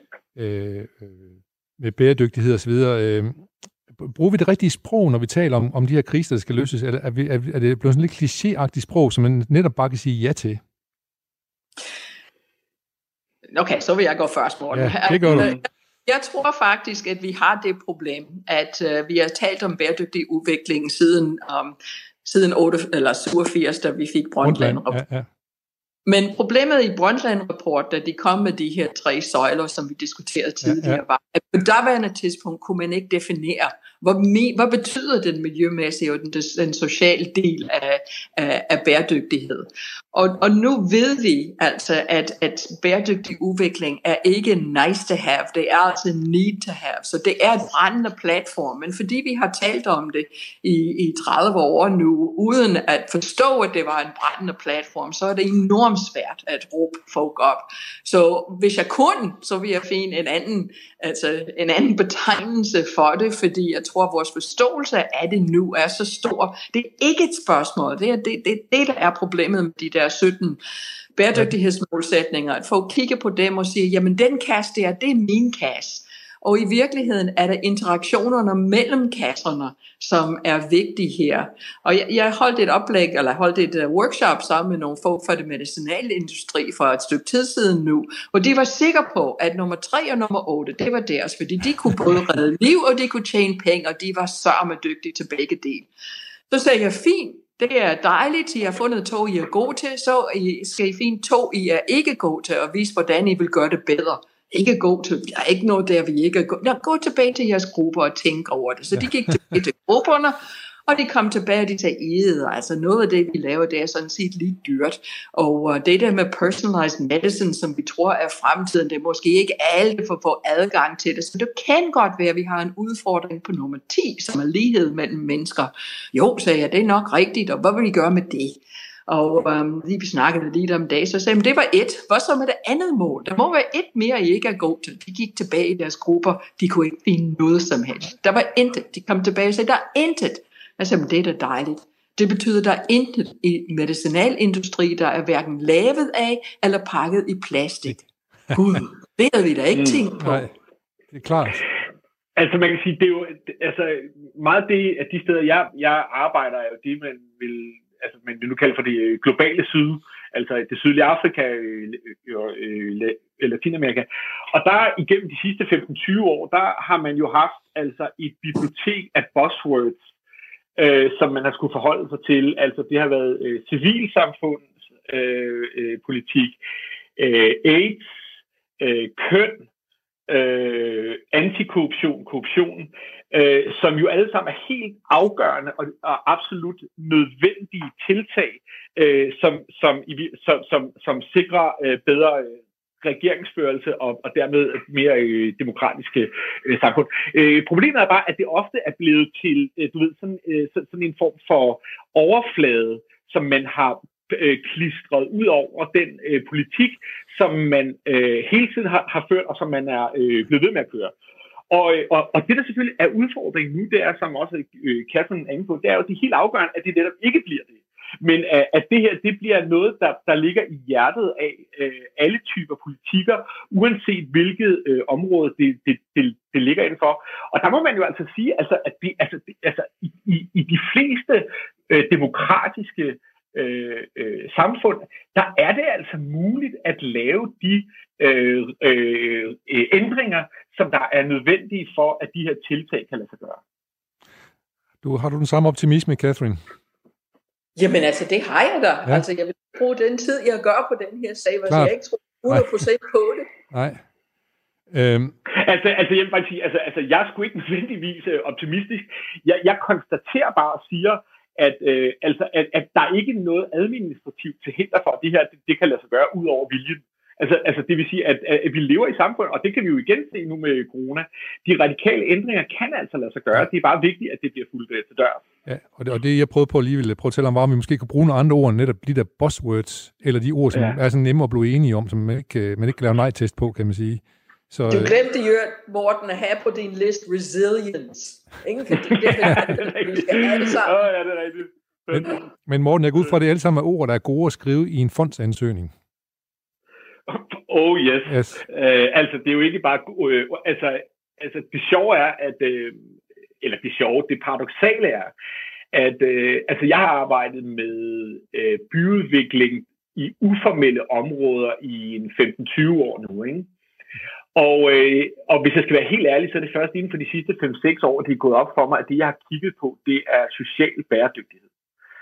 med bæredygtighed og så videre. Bruger vi det rigtige sprog, når vi taler om de her kriser, der skal løses? Eller er det blevet sådan lidt klichéagtigt sprog, som man netop bare kan sige ja til? Okay, så vil jeg gå først, Morten. Ja, det gør du. Jeg tror faktisk, at vi har det problem, at vi har talt om bæredygtig udvikling siden 87, da vi fik Brundtland. Ja. Men problemet i Brundtland-rapport, da de kom med de her 3 søjler, som vi diskuterede tidligere, var, at på daværende tidspunkt kunne man ikke definere, hvad betyder den miljømæssige og den sociale del af bæredygtighed. Og nu ved vi altså, at bæredygtig udvikling er ikke nice to have, det er altså need to have. Så det er et brændende platform, men fordi vi har talt om det i 30 år nu, uden at forstå, at det var en brændende platform, så er det enormt svært at råbe folk op. Så hvis jeg kunne, så ville jeg finde en anden betegnelse for det, fordi jeg tror, at vores forståelse af det nu er så stor. Det er ikke et spørgsmål. Det er det, der er problemet med de der 17 bæredygtighedsmålsætninger. At folk kigger på dem og siger, jamen den kasse der, det er min kasse. Og i virkeligheden er der interaktionerne mellem kasserne, som er vigtige her. Og jeg holdt et workshop sammen med nogle folk fra det medicinale industri for et stykke tid siden nu, og de var sikre på, at nummer 3 og nummer 8, det var deres, fordi de kunne både redde liv, og de kunne tjene penge, og de var sørme dygtige til begge dele. Så sagde jeg, fint, det er dejligt, I har fundet 2, I er gode til, så skal I finde 2, I er ikke gode til, og vise, hvordan I vil gøre det bedre. Ikke gå til, der er ikke noget der, vi ikke er gået. Gå tilbage til jeres grupper og tænke over det. Så de gik tilbage til grupperne, og de kom tilbage, og de sagde, altså noget af det, vi laver, det er sådan set lidt dyrt. Og det der med personalized medicine, som vi tror er fremtiden, det er måske ikke alle, der får adgang til det. Så det kan godt være, at vi har en udfordring på nummer 10, som er lighed mellem mennesker. Jo, sagde jeg, det er nok rigtigt, og hvad vil I gøre med det? Og vi snakkede lidt om det, så sagde jeg, det var 1. Hvad så med det andet mål? Der må være 1 mere, I ikke er god til. De gik tilbage i deres grupper. De kunne ikke finde noget som helst. Der var intet. De kom tilbage og sagde, der er intet. Jeg sagde, det er da dejligt. Det betyder, der er intet i medicinalindustri, der er hverken lavet af eller pakket i plastik. Gud, det havde vi da ikke tænkt på. Nej, det er klart. Altså man kan sige, det er jo meget det, at de steder, jeg arbejder, er jo det, man vil... Altså, man vil nu kalde for det globale syd, altså det sydlige Afrika eller Latinamerika. Og der igennem de sidste 15-20 år, der har man jo haft altså et bibliotek af buzzwords, som man har skulle forholde sig til. Altså det har været civilsamfundspolitik, AIDS, køn, antikorruption, korruption, som jo alle sammen er helt afgørende og absolut nødvendige tiltag, som sikrer bedre regeringsførelse og dermed et mere demokratiske samfund. Problemet er bare, at det ofte er blevet til, sådan en form for overflade, som man har klistret ud over den politik, som man hele tiden har ført, og som man er blevet ved med at køre. Og det, der selvfølgelig er udfordringen nu, det er, som også Catherine er inde på, det er jo det helt afgørende, at det netop ikke bliver det. Men at det her, det bliver noget, der ligger i hjertet af alle typer politikker, uanset hvilket område det ligger indenfor. Og der må man jo altså sige, at i de fleste demokratiske samfund, der er det altså muligt at lave de ændringer, som der er nødvendige for, at de her tiltag kan lade sig gøre. Har du den samme optimisme, Catherine? Jamen altså, det har jeg da. Ja. Altså, jeg vil bruge den tid, jeg gør på den her sag, så jeg ikke tror 100% på det. Nej. Altså, jeg vil bare sige, jeg er sgu ikke nødvendigvis optimistisk. Jeg konstaterer bare og siger, at der er ikke noget administrativt til hinder for, at det her det kan lade sig gøre ud over viljen. Altså det vil sige, at vi lever i samfundet, og det kan vi jo igen se nu med corona. De radikale ændringer kan altså lade sig gøre. Det er bare vigtigt, at det bliver fuldt til dør. Ja, og det jeg prøvede på alligevel at tælle om, var, om vi måske kunne bruge nogle andre ord, netop de der buzzwords, eller de ord, som er sådan nemme at blive enige om, som man ikke kan lave nej-test på, kan man sige. Så, du glemte jo, Morten, at have på din list resilience. Ingen kan det vi skal have det sammen. Ja, det er rigtigt. Men Morten, jeg går ud fra, at det alle sammen er ord, der er gode at skrive i en fondsansøgning. Oh yes. Altså, det er jo ikke bare... Altså, det sjove er, at... det paradoksale er, at jeg har arbejdet med byudvikling i uformelle områder i en 15-20 år nu, ikke? Og hvis jeg skal være helt ærlig, så er det først inden for de sidste 5-6 år, det er gået op for mig, at det, jeg har kigget på, det er social bæredygtighed.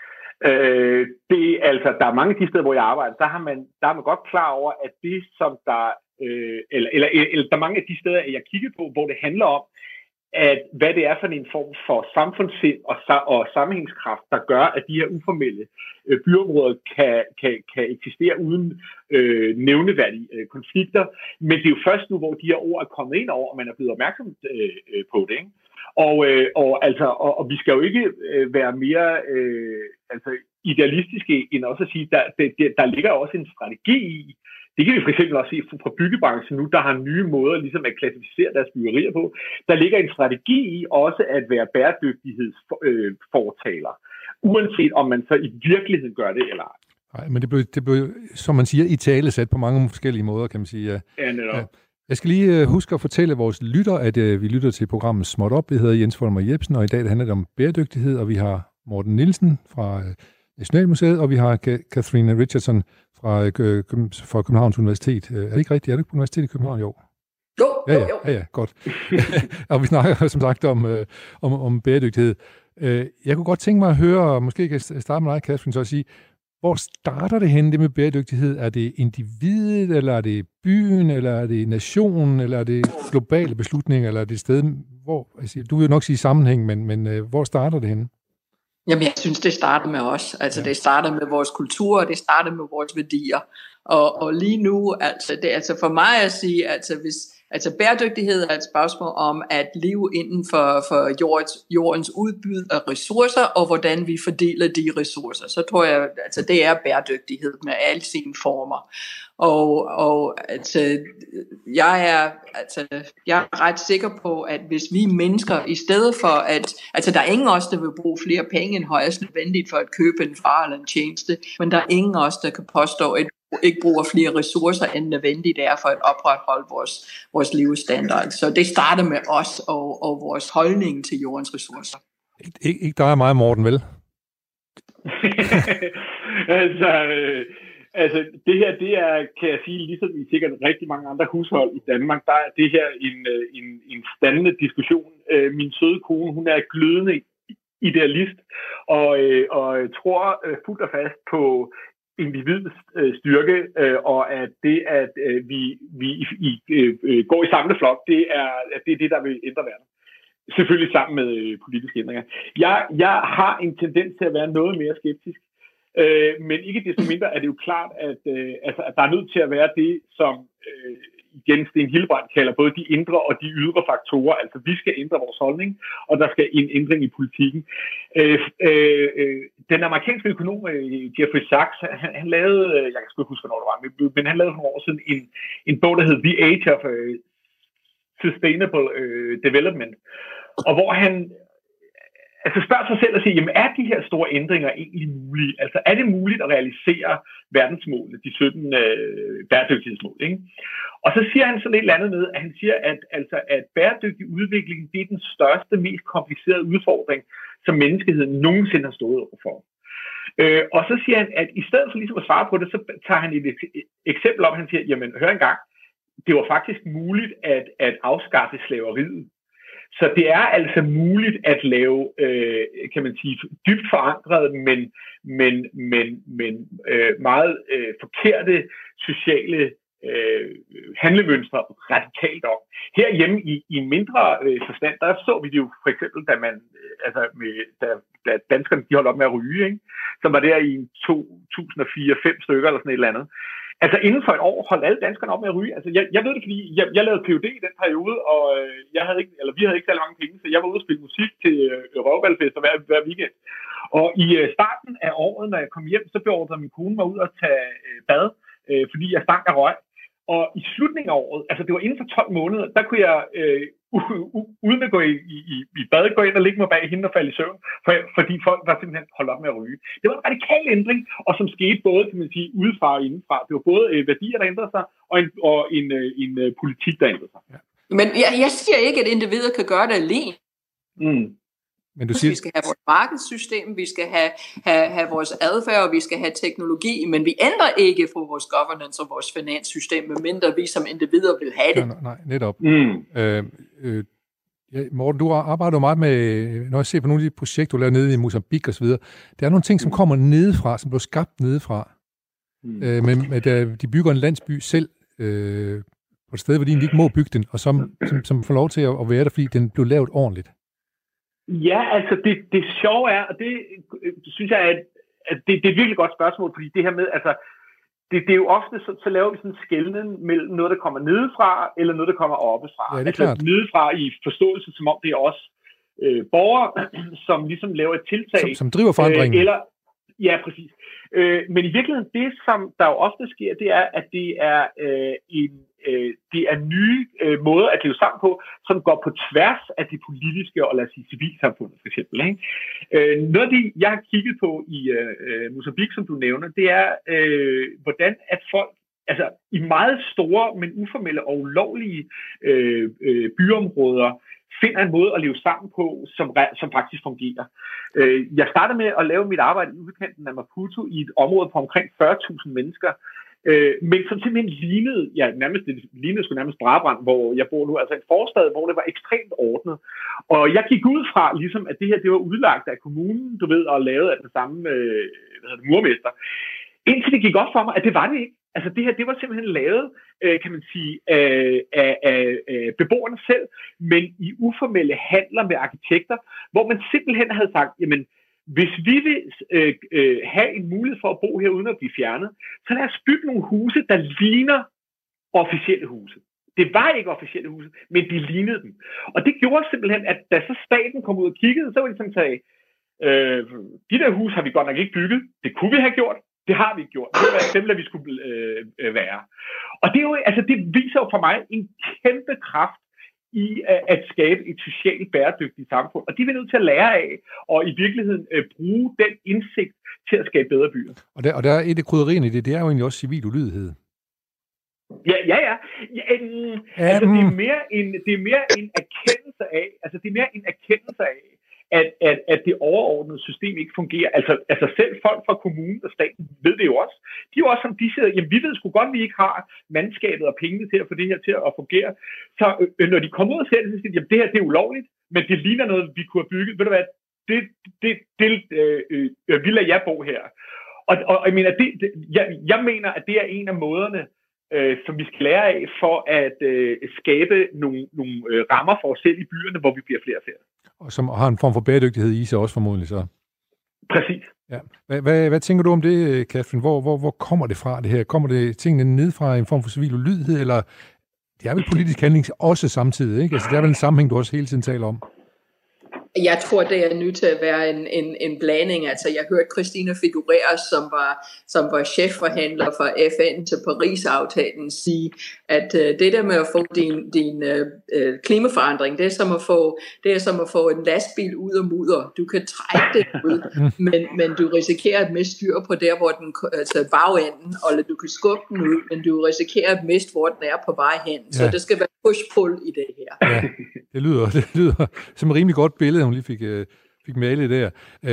Der er mange af de steder, hvor jeg arbejder, der er man godt klar over, at det, som der... der er mange af de steder, jeg kigger på, hvor det handler om, at hvad det er for en form for samfundssind og sammenhængskraft, der gør, at de her uformelle byområder kan eksistere uden nævneværdige konflikter. Men det er jo først nu, hvor de her ord er kommet ind over, og man er blevet opmærksom på det, ikke? Og vi skal jo ikke være mere idealistiske end også at sige, der ligger også en strategi i. Det kan vi for eksempel også se fra byggebranchen nu, der har nye måder ligesom at klassificere deres byggerier på. Der ligger en strategi i også at være bæredygtighedsfortaler, uanset om man så i virkeligheden gør det eller ej. Nej, men det blev, som man siger, italesat på mange forskellige måder, kan man sige. Ja, netop. Jeg skal lige huske at fortælle vores lytter, at vi lytter til programmet Småt Op. Vi hedder Jens Folmer Jebsen, og i dag handler det om bæredygtighed, og vi har Morten Nielsen fra Nationalmuseet, og vi har Catherine Richardson fra Københavns Universitet. Er det ikke rigtigt? Er du ikke på Universitetet i København? Jo. Ja, godt. Og vi snakker som sagt om bæredygtighed. Jeg kunne godt tænke mig at høre, måske kan jeg starte med dig, Catherine, så at sige, hvor starter det henne, det med bæredygtighed? Er det individet, eller er det byen, eller er det nationen, eller er det globale beslutninger, eller er det sted, hvor... Altså, du vil jo nok sige sammenhæng, men hvor starter det henne? Jamen, jeg synes, det starter med os. Altså, det starter med vores kultur, og det starter med vores værdier. Og lige nu, altså for mig at sige, bæredygtighed er et spørgsmål om at leve inden for jordens udbud af ressourcer, og hvordan vi fordeler de ressourcer. Så tror jeg, det er bæredygtighed med alle sine former. Jeg er ret sikker på, at hvis vi mennesker, i stedet for der er ingen os, der vil bruge flere penge end højst nødvendigt for at købe en vare eller en tjeneste, men der er ingen os, der kan påstå, at ikke bruger flere ressourcer end nødvendigt er for at opretholde vores levestandard. Så det starter med os og vores holdning til jordens ressourcer. Ikke dig og mig, Morten, vel? Altså, det her, det er, kan jeg sige, ligesom i sikkert rigtig mange andre hushold i Danmark, der er det her en standende diskussion. Min søde kone, hun er glødende idealist, og tror fuldt og fast på individets styrke, og at det, at vi går i samlet flok, det er det, der vil ændre verden. Selvfølgelig sammen med politiske ændringer. Jeg har en tendens til at være noget mere skeptisk, men ikke desto mindre er det jo klart, at der er nødt til at være det, som igen Sten Hildebrandt kalder både de indre og de ydre faktorer. Altså vi skal ændre vores holdning, og der skal en ændring i politikken. Den amerikanske økonom Jeffrey Sachs, han lavede, jeg kan sgu ikke huske, hvornår det var, men han lavede for nogle år siden en bog, der hed The Age of Sustainable Development, og hvor han spørger sig selv og siger, jamen er de her store ændringer egentlig mulige? Altså er det muligt at realisere verdensmålene, de 17 bæredygtighedsmål, ikke? Og så siger han sådan et eller andet med, at han siger, at bæredygtig udvikling, det er den største, mest komplicerede udfordring, som menneskeheden nogensinde har stået overfor. Og så siger han, at i stedet for ligesom at svare på det, så tager han et eksempel op, han siger, jamen hør engang, det var faktisk muligt at afskaffe slaveriet. Så det er altså muligt at lave, kan man sige, dybt forankret, men meget forkerte sociale handlemønstre radikalt om. Herhjemme i mindre forstand, der så vi det jo for eksempel, da danskerne de holdt op med at ryge, ikke? Som var der i 2004-5 stykker eller sådan et eller andet. Altså inden for et år holdt alle danskerne op med at ryge. Altså jeg ved det, fordi jeg lavede PhD i den periode, og vi havde ikke særlig mange penge, så jeg var ude og spille musik til røvbalfester hver weekend. Og i starten af året, når jeg kom hjem, så beordrede min kone mig ud og tage bad, fordi jeg stank af røg. Og i slutningen af året, altså det var inden for 12 måneder, der kunne jeg uden at gå i bad, gå ind og ligge mig bag hende og falde i søvn, fordi folk var simpelthen holdt op med at ryge. Det var en radikal ændring, og som skete både, kan man sige, udefra og indenfra. Det var både værdier, der ændrede sig, og en politik, der ændrede sig. Ja. Men jeg siger ikke, at individer kan gøre det alene. Men du siger... Vi skal have vores markedssystem, vi skal have vores adfærd, og vi skal have teknologi, men vi ændrer ikke på vores governance og vores finanssystem, medmindre vi som individer vil have det. Nej, netop. Morten, du arbejder jo meget med, når jeg ser på nogle af de projekter, du laver nede i Mozambique osv., der er nogle ting, som kommer nedefra, som bliver skabt nedefra. Men de bygger en landsby selv på et sted, hvor de ikke må bygge den, og som får lov til at være der, fordi den blev lavet ordentligt. Ja, altså det sjove er, og det synes jeg, at det er et virkelig godt spørgsmål, fordi det her med, altså, det er jo ofte, så laver vi sådan en skelnen mellem noget, der kommer nedefra, eller noget, der kommer oppefra. Ja, det er altså klart. Nedefra i forståelse, som om det er os borgere, som ligesom laver et tiltag. Som driver forandringen. Ja, præcis. Men i virkeligheden, det som der jo ofte sker, det er, at det er nye måder at leve sammen på, som går på tværs af det politiske og lad os sige civilsamfundet for eksempel. Ikke? Noget af det, jeg har kigget på i Mozambique, som du nævner, det er, hvordan at folk altså i meget store, men uformelle og ulovlige byområder finder en måde at leve sammen på, som faktisk fungerer. Jeg startede med at lave mit arbejde i udkanten af Maputo i et område på omkring 40.000 mennesker, men som simpelthen lignede sgu nærmest Brabrand, hvor jeg bor nu, altså en forstad, hvor det var ekstremt ordnet. Og jeg gik ud fra, ligesom, at det her det var udlagt af kommunen, du ved, og lavet af den samme murmester. Indtil det gik op for mig, at det var det ikke. Altså det her, det var simpelthen lavet, kan man sige, af beboerne selv, men i uformelle handler med arkitekter, hvor man simpelthen havde sagt, jamen, hvis vi vil have en mulighed for at bo her uden at blive fjernet, så lad os bygge nogle huse, der ligner officielle huse. Det var ikke officielle huse, men de lignede dem. Og det gjorde simpelthen, at da så staten kom ud og kiggede, så var de sådan sagde, de der huse har vi godt nok ikke bygget, det kunne vi have gjort. Det har vi gjort. Det var eksempler, vi skulle være. Og det er jo, altså, det viser jo for mig en kæmpe kraft i at skabe et socialt bæredygtigt samfund. Og de er vi nødt til at lære af, og i virkeligheden bruge den indsigt til at skabe bedre byer. Og der er et af krydderierne i det, det er jo egentlig også civil ulydighed. Ja. Altså, det er mere en erkendelse af, at det overordnede system ikke fungerer. Altså selv folk fra kommunen og staten ved det jo også. De er jo også som de siger, jamen vi ved sgu godt, at vi ikke har mandskabet og pengene til at få det her til at fungere. Så når de kommer ud og ser det, så siger de, jamen det her det er ulovligt, men det ligner noget, vi kunne have bygget. Ved du hvad, vi lader jer bo her. Og jeg mener, jeg mener, at det er en af måderne, som vi skal lære af, for at skabe nogle rammer for os selv i byerne, hvor vi bliver flere og flere. Og som har en form for bæredygtighed i sig også formodentlig så. Præcis. Ja. Hvad tænker du om det, Catherine? Hvor kommer det fra, det her? Kommer det tingene ned fra en form for civil ulydighed, eller det er vel politisk handling også samtidig, ikke? Altså, det er vel en sammenhæng, du også hele tiden taler om. Jeg tror, det er nødt til at være en blanding. Altså, jeg hørte Christina Figueres, som var chefforhandler for FN til Paris-aftalen, sige, at det der med at få din klimaforandring, det er som at få en lastbil ud af mudder. Du kan trække det ud, men du risikerer at miste styr på der, hvor den bagenden, eller du kan skubbe den ud, men du risikerer at miste, hvor den er på vej hen. Ja. Så det skal være push-pull i det her. Ja, det lyder som et rimelig godt billede, hun lige fik malet der.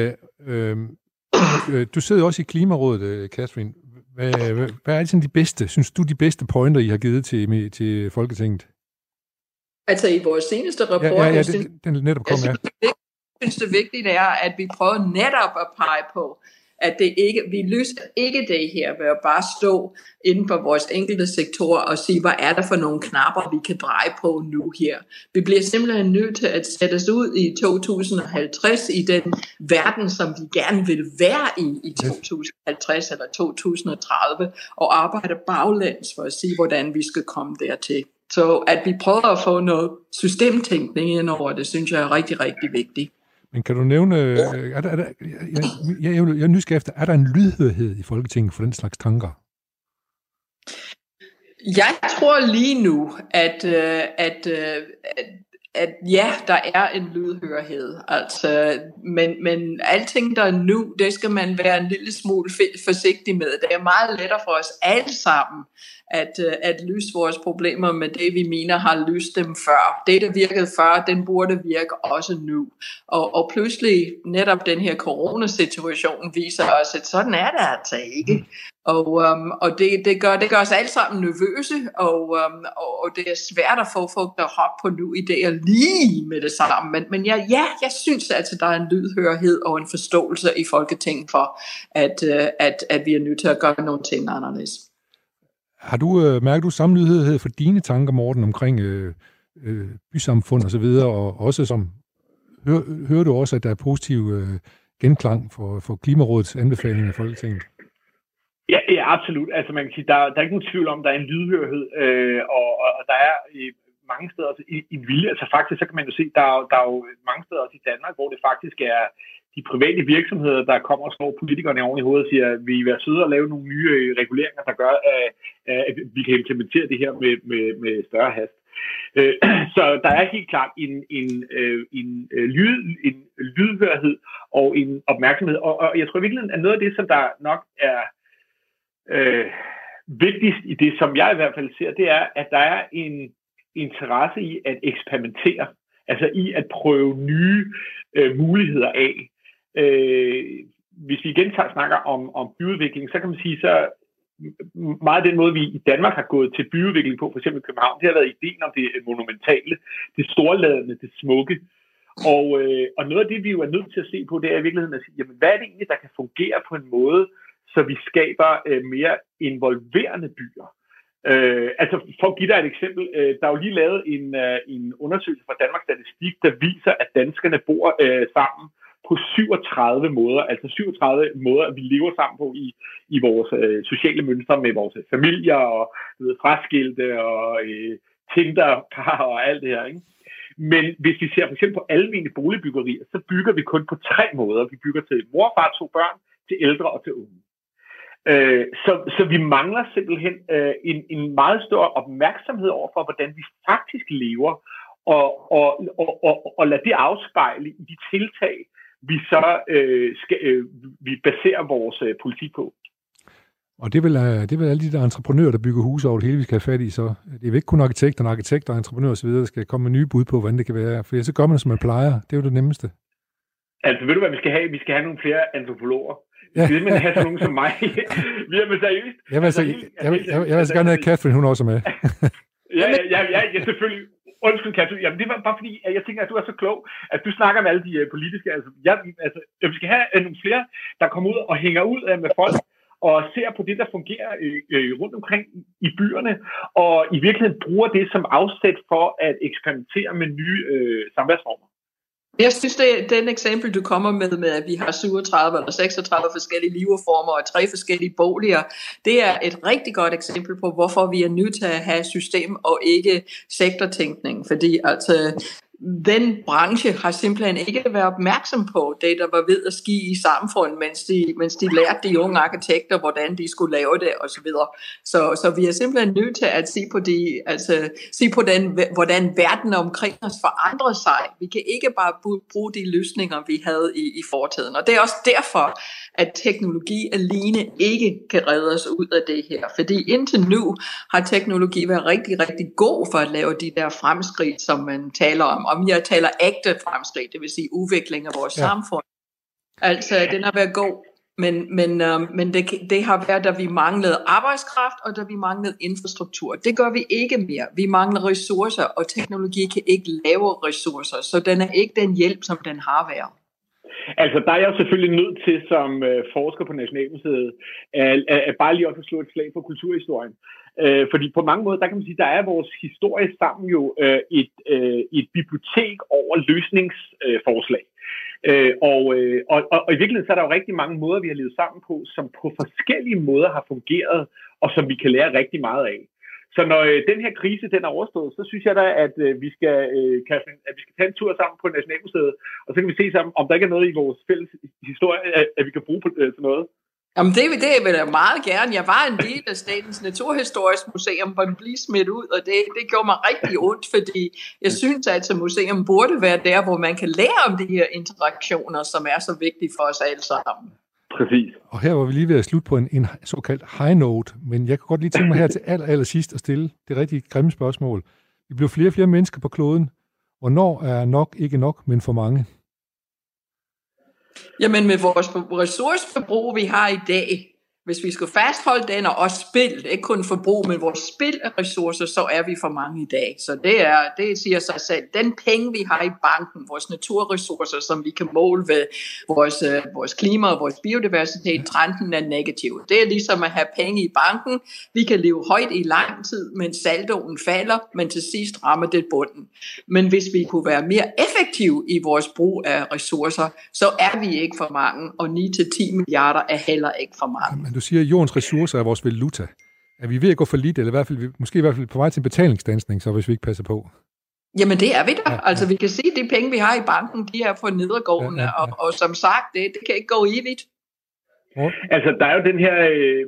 Du sidder også i Klimarådet, Catherine. Hvad er det sådan de bedste, synes du, de bedste pointer, I har givet til Folketinget? Altså i vores seneste rapport, ja, den netop kom, jeg synes det vigtigt er, at vi prøver netop at pege på, at vi løser ikke det her ved at bare stå inden for vores enkelte sektorer og sige, hvad er der for nogle knapper, vi kan dreje på nu her. Vi bliver simpelthen nødt til at sætte os ud i 2050 i den verden, som vi gerne vil være i 2050 eller 2030, og arbejde baglæns for at sige, hvordan vi skal komme dertil. Så at vi prøver at få noget systemtænkning ind over det, synes jeg er rigtig, rigtig vigtigt. Men kan du nævne, jeg er nysgerrig efter, er der en lydhørhed i Folketinget for den slags tanker? Jeg tror lige nu, at ja, der er en lydhørhed, altså, men alting der er nu, det skal man være en lille smule forsigtig med. Det er meget lettere for os alle sammen at løse vores problemer med det, vi mener har løst dem før. Det, der virkede før, den burde virke også nu. Og pludselig netop den her coronasituation viser os, at sådan er det altså ikke. Og det gør os alle sammen nervøse, og det er svært at få folk der hop på nu idéer lige med det samme. Men jeg synes altså, der er en lydhørhed og en forståelse i Folketinget for, at vi er nødt til at gøre nogle ting anderledes. Har du mærket samme lydhørhed for dine tanker, Morten, omkring bysamfund og så videre, og også som hører du også, at der er positiv genklang for Klimarådets anbefalinger i Folketinget? Ja, absolut. Altså man kan sige, der er ikke nogen tvivl om, der er en lydhørhed, og der er mange steder også en vilje. Altså faktisk, så kan man jo se, der er jo mange steder også i Danmark, hvor det faktisk er de private virksomheder, der kommer og slår politikerne oven i hovedet og siger, at vi vil være søde og lave nogle nye reguleringer, der gør, at vi kan implementere det her med større hast. Så der er helt klart en lydhørhed og en opmærksomhed. Og jeg tror virkelig, at noget af det, som der nok er vigtigst i det, som jeg i hvert fald ser, det er, at der er en interesse i at eksperimentere. Altså i at prøve nye muligheder af. Hvis vi igen snakker om byudvikling, så kan man sige, så meget af den måde, vi i Danmark har gået til byudvikling på, for eksempel København, det har været ideen om det monumentale, det storladende, det smukke. Og noget af det, vi jo er nødt til at se på, det er i virkeligheden at sige, jamen, hvad er det egentlig, der kan fungere på en måde, så vi skaber mere involverende byer. Altså for at give dig et eksempel, der er jo lige lavet en undersøgelse fra Danmarks Statistik, der viser, at danskerne bor sammen på 37 måder, altså 37 måder, at vi lever sammen på i vores sociale mønstre med vores familier og fraskilte og Tinder-par og alt det her, ikke? Men hvis vi ser for eksempel på almene boligbyggerier, så bygger vi kun på 3 måder. Vi bygger til mor, far, 2 børn, til ældre og til unge. Så vi mangler simpelthen en meget stor opmærksomhed over for, hvordan vi faktisk lever, og lade det afspejle i de tiltag, vi så vi baserer vores politik på. Og det er vel alle de der entreprenører, der bygger huse over det hele, vi skal have fat i, så det er ikke kun arkitekter og entreprenører osv., der skal komme med nye bud på, hvordan det kan være, for så gør man det, som man plejer. Det er jo det nemmeste. Altså, ved du hvad vi skal have? Vi skal have nogle flere antropologer. Vi vil simpelthen have sådan nogen som mig. Vi er med seriøst. Jeg vil altså gerne have Catherine, hun også med. ja, selvfølgelig. Undskyld, Katja. Jamen, det var bare fordi, at jeg tænker, at du er så klog, at du snakker med alle de politiske... vi skal have nogle flere, der kommer ud og hænger ud med folk, og ser på det, der fungerer rundt omkring i byerne, og i virkeligheden bruger det som afsæt for at eksperimentere med nye samværsformer. Jeg synes, den eksempel, du kommer med, at vi har 37 eller 36 forskellige leverformer og 3 forskellige boliger, det er et rigtig godt eksempel på, hvorfor vi er nødt til at have system og ikke sektortænkning. Fordi altså, den branche har simpelthen ikke været opmærksom på det, der var ved at ske i samfundet, mens de lærte de unge arkitekter, hvordan de skulle lave det osv. Så vi er simpelthen nødt til at se på hvordan verden omkring os forandrer sig. Vi kan ikke bare bruge de løsninger, vi havde i fortiden. Og det er også derfor, at teknologi alene ikke kan redde os ud af det her. Fordi indtil nu har teknologi været rigtig, rigtig god for at lave de der fremskridt, som man taler om. Om jeg taler ægte fremskridt, det vil sige udvikling af vores samfund. Altså, den har været god, men det har været, da vi manglede arbejdskraft, og da vi manglede infrastruktur. Det gør vi ikke mere. Vi mangler ressourcer, og teknologi kan ikke lave ressourcer, så den er ikke den hjælp, som den har været. Altså, der er jeg jo selvfølgelig nødt til, som forsker på Nationalmuseet, at bare lige også slå et slag på kulturhistorien. Fordi på mange måder, der kan man sige, der er vores historie sammen jo et bibliotek over løsningsforslag. Og i virkeligheden så er der jo rigtig mange måder, vi har levet sammen på, som på forskellige måder har fungeret, og som vi kan lære rigtig meget af. Så når den her krise den er overstået, så synes jeg da, at vi skal tage en tur sammen på Nationalmuseet, og så kan vi se sammen, om der ikke er noget i vores fælles historie, at vi kan bruge til noget. Jamen det vil jeg meget gerne. Jeg var en del af Statens Naturhistoriske Museum, hvor den blev smidt ud, og det gjorde mig rigtig ondt, fordi jeg synes, at et museum burde være der, hvor man kan lære om de her interaktioner, som er så vigtige for os alle sammen. Præcis. Og her var vi lige ved at slutte på en såkaldt high note, men jeg kan godt lige tænke mig her til allersidst at stille det rigtig grimme spørgsmål. Vi bliver flere og flere mennesker på kloden. Hvornår er nok ikke nok, men for mange? Jamen med vores ressourceforbrug, vi har i dag, hvis vi skal fastholde den og også spil, ikke kun forbrug, men vores spil af ressourcer, så er vi for mange i dag. Så det siger sig selv. Den penge, vi har i banken, vores naturressourcer, som vi kan måle ved vores klima og vores biodiversitet, trenden er negativ. Det er ligesom at have penge i banken. Vi kan leve højt i lang tid, men saldoen falder, men til sidst rammer det bunden. Men hvis vi kunne være mere effektive i vores brug af ressourcer, så er vi ikke for mange, og 9-10 milliarder er heller ikke for mange. Men du siger, at jordens ressourcer er vores valuta. Er vi ved at gå for lidt, eller måske i hvert fald på vej til en betalingsstandsning, så hvis vi ikke passer på? Jamen det er vi da. Ja. Altså vi kan se, at de penge, vi har i banken, de er for nedadgående, og som sagt, det kan ikke gå evigt. Ja. Altså der er jo den her,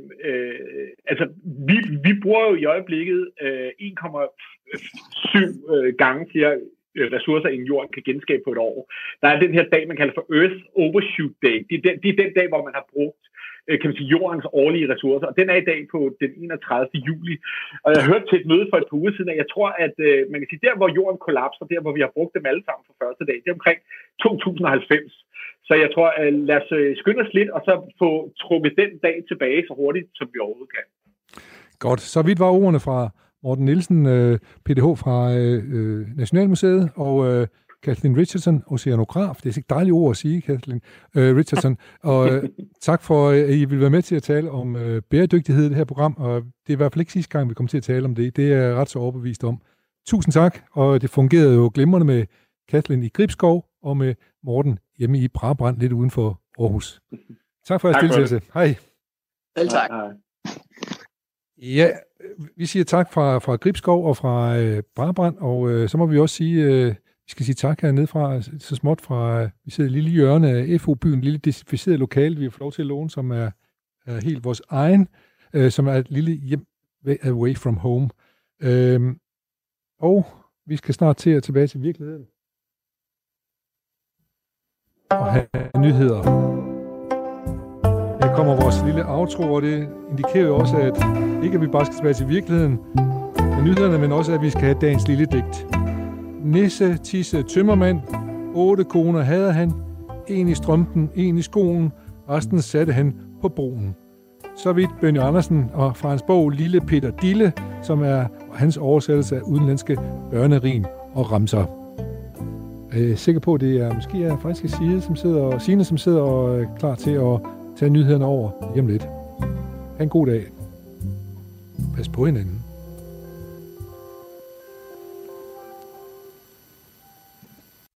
vi bruger jo i øjeblikket 1,7 gange flere ressourcer, end jorden kan genskabe på et år. Der er den her dag, man kalder for Earth Overshoot Day. Det er den dag, hvor man har brugt kan man sige, jordens årlige ressourcer, og den er i dag på den 31. juli. Og jeg hørte til et møde for et par uger siden, at jeg tror, at man kan sige, der hvor jorden kollapser, der hvor vi har brugt dem alle sammen for første dag, det er omkring 2090. Så jeg tror, lad os skynde os lidt, og så få trukket den dag tilbage så hurtigt, som vi overhovedet kan. Godt. Så vidt var ordene fra Morten Nielsen, PDH fra Nationalmuseet, og Kathleen Richardson, oceanograf. Det er et dejligt ord at sige, Kathleen Richardson. Og tak for, at I vil være med til at tale om bæredygtighed i det her program, og det er i hvert fald ikke sidste gang, vi kommer til at tale om det. Det er jeg ret så overbevist om. Tusind tak, og det fungerede jo glimrende med Kathleen i Gribskov, og med Morten hjemme i Brabrand, lidt uden for Aarhus. Tak for jeres deltagelse. Hej. Selv tak. Ja, vi siger tak fra Gribskov og fra Brabrand, og så må vi også sige... Vi skal sige tak hernede fra, så småt fra, vi sidder i lille hjørne af FO-byen, lille desinficeret lokale, vi har fået lov til at låne, som er helt vores egen, som er et lille hjem away from home. Og vi skal snart tilbage til virkeligheden. Og have nyheder. Her kommer vores lille outro, og det indikerer jo også, at ikke at vi bare skal tilbage til virkeligheden med nyhederne, men også at vi skal have dagens lille digt. Nisse, tisse, tømmermand, 8 koner havde han, en i strømpen, en i skoen, resten satte han på broen. Så vidt Benny Andersen og fra hans bog Lille Peter Dille, som er hans oversættelse af udenlandske børnerim og remser. Jeg er sikker på, at det er måske faktisk Signe, som sidder og er klar til at tage nyhederne over hjem lidt. Ha' en god dag. Pas på hinanden.